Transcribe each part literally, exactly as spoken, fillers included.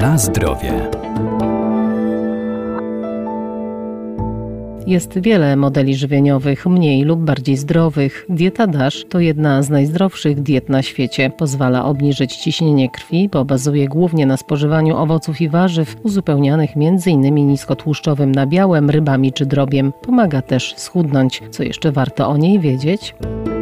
Na zdrowie. Jest wiele modeli żywieniowych, mniej lub bardziej zdrowych. Dieta DASH to jedna z najzdrowszych diet na świecie. Pozwala obniżyć ciśnienie krwi, bo bazuje głównie na spożywaniu owoców i warzyw, uzupełnianych między innymi niskotłuszczowym nabiałem, rybami czy drobiem. Pomaga też schudnąć. Co jeszcze warto o niej wiedzieć?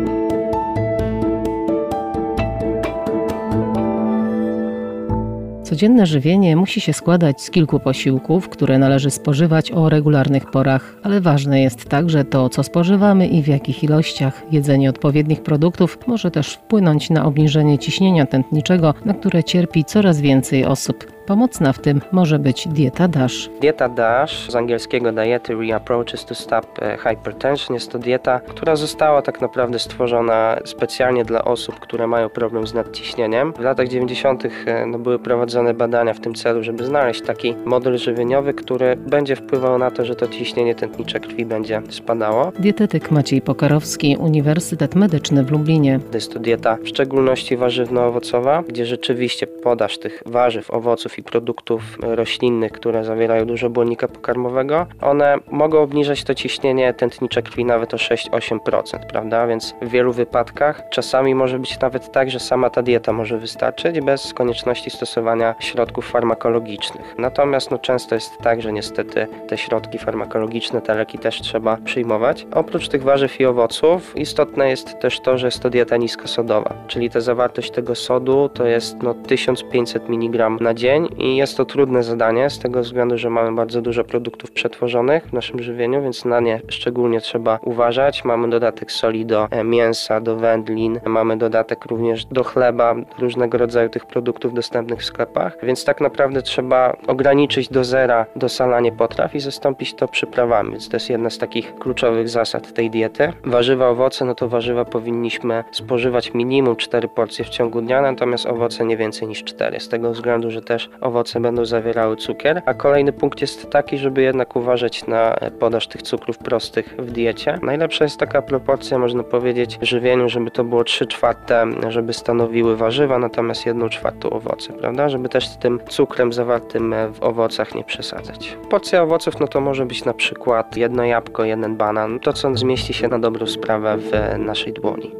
Codzienne żywienie musi się składać z kilku posiłków, które należy spożywać o regularnych porach, ale ważne jest także to, co spożywamy i w jakich ilościach. Jedzenie odpowiednich produktów może też wpłynąć na obniżenie ciśnienia tętniczego, na które cierpi coraz więcej osób. Pomocna w tym może być dieta DASH. Dieta DASH, z angielskiego Dietary Approaches to Stop Hypertension, jest to dieta, która została tak naprawdę stworzona specjalnie dla osób, które mają problem z nadciśnieniem. W latach dziewięćdziesiątych no, były prowadzone badania w tym celu, żeby znaleźć taki model żywieniowy, który będzie wpływał na to, że to ciśnienie tętnicze krwi będzie spadało. Dietetyk Maciej Pokarowski, Uniwersytet Medyczny w Lublinie. Jest to dieta w szczególności warzywno-owocowa, gdzie rzeczywiście podaż tych warzyw, owoców i produktów roślinnych, które zawierają dużo błonnika pokarmowego, one mogą obniżać to ciśnienie tętnicze krwi nawet o sześć do ośmiu procent, prawda? Więc w wielu wypadkach czasami może być nawet tak, że sama ta dieta może wystarczyć bez konieczności stosowania środków farmakologicznych. Natomiast no, często jest tak, że niestety te środki farmakologiczne, te leki też trzeba przyjmować. Oprócz tych warzyw i owoców istotne jest też to, że jest to dieta niskosodowa, czyli ta zawartość tego sodu to jest no, tysiąc pięćset miligramów na dzień i jest to trudne zadanie z tego względu, że mamy bardzo dużo produktów przetworzonych w naszym żywieniu, więc na nie szczególnie trzeba uważać. Mamy dodatek soli do mięsa, do wędlin, mamy dodatek również do chleba, różnego rodzaju tych produktów dostępnych w sklepach, więc tak naprawdę trzeba ograniczyć do zera dosalanie potraw i zastąpić to przyprawami, więc to jest jedna z takich kluczowych zasad tej diety. Warzywa, owoce, no to warzywa powinniśmy spożywać minimum cztery porcje w ciągu dnia, natomiast owoce nie więcej niż cztery, z tego względu, że też owoce będą zawierały cukier, a kolejny punkt jest taki, żeby jednak uważać na podaż tych cukrów prostych w diecie. Najlepsza jest taka proporcja, można powiedzieć, w żywieniu, żeby to było trzy czwarte, żeby stanowiły warzywa, natomiast jedną czwartą owoce, prawda? Żeby też z tym cukrem zawartym w owocach nie przesadzać. Porcja owoców, no to może być na przykład jedno jabłko, jeden banan, to co zmieści się na dobrą sprawę w naszej dłoni.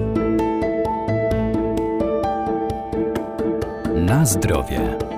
Na zdrowie.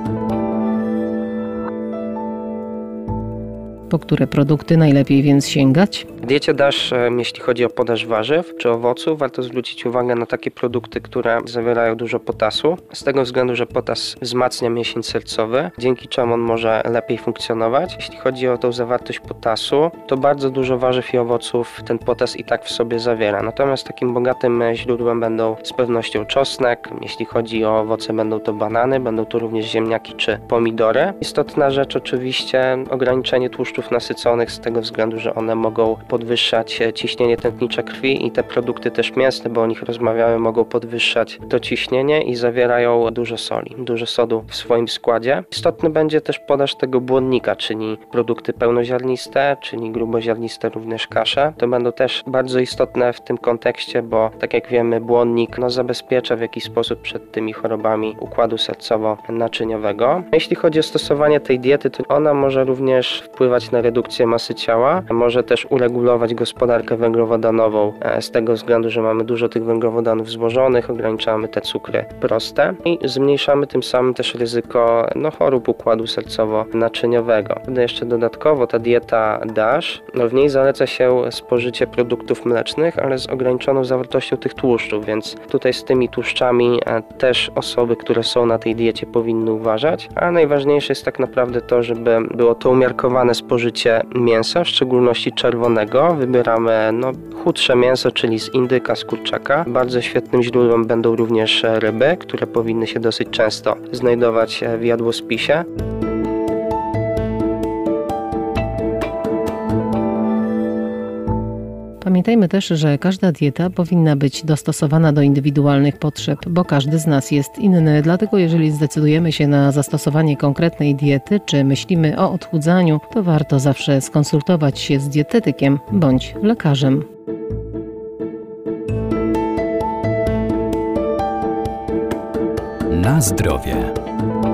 Po które produkty najlepiej więc sięgać? W diecie DASH, jeśli chodzi o podaż warzyw czy owoców, warto zwrócić uwagę na takie produkty, które zawierają dużo potasu. Z tego względu, że potas wzmacnia mięsień sercowy, dzięki czemu on może lepiej funkcjonować. Jeśli chodzi o tą zawartość potasu, to bardzo dużo warzyw i owoców ten potas i tak w sobie zawiera. Natomiast takim bogatym źródłem będą z pewnością czosnek. Jeśli chodzi o owoce, będą to banany, będą to również ziemniaki czy pomidory. Istotna rzecz oczywiście ograniczenie tłuszczów nasyconych z tego względu, że one mogą podwyższać ciśnienie tętnicze krwi i te produkty też mięsne, bo o nich rozmawiamy, mogą podwyższać to ciśnienie i zawierają dużo soli, dużo sodu w swoim składzie. Istotny będzie też podaż tego błonnika, czyli produkty pełnoziarniste, czyli gruboziarniste, również kasze. To będą też bardzo istotne w tym kontekście, bo tak jak wiemy, błonnik no, zabezpiecza w jakiś sposób przed tymi chorobami układu sercowo-naczyniowego. Jeśli chodzi o stosowanie tej diety, to ona może również wpływać na redukcję masy ciała, może też uregulować gospodarkę węglowodanową z tego względu, że mamy dużo tych węglowodanów złożonych, ograniczamy te cukry proste i zmniejszamy tym samym też ryzyko no, chorób układu sercowo-naczyniowego. Jeszcze dodatkowo ta dieta DASH, no, w niej zaleca się spożycie produktów mlecznych, ale z ograniczoną zawartością tych tłuszczów, więc tutaj z tymi tłuszczami też osoby, które są na tej diecie, powinny uważać, a najważniejsze jest tak naprawdę to, żeby było to umiarkowane spożycie mięsa, w szczególności czerwonego. Wybieramy no, chudsze mięso, czyli z indyka, z kurczaka. Bardzo świetnym źródłem będą również ryby, które powinny się dosyć często znajdować w jadłospisie. Pamiętajmy też, że każda dieta powinna być dostosowana do indywidualnych potrzeb, bo każdy z nas jest inny. Dlatego jeżeli zdecydujemy się na zastosowanie konkretnej diety, czy myślimy o odchudzaniu, to warto zawsze skonsultować się z dietetykiem bądź lekarzem. Na zdrowie.